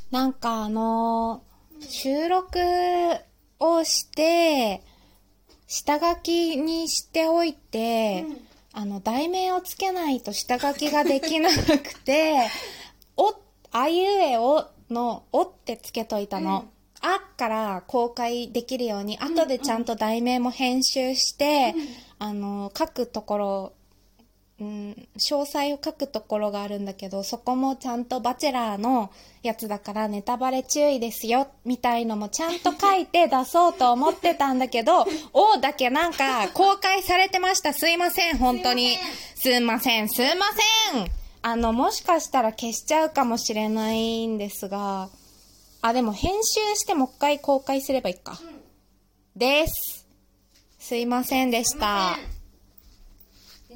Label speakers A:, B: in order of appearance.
A: なんか収録をして、下書きにしておいて、題名をつけないと下書きができなくて、あいうえおのおってつけといたの。あから公開できるように、後でちゃんと題名も編集して、書くところ、詳細を書くところがあるんだけど、そこもちゃんとバチェラーのやつだからネタバレ注意ですよみたいのもちゃんと書いて出そうと思ってたんだけど、おだけなんか公開されてました。すいません、本当に。すいません。もしかしたら消しちゃうかもしれないんですが、でも編集してもう一回公開すればいいか。です。すいませんでした。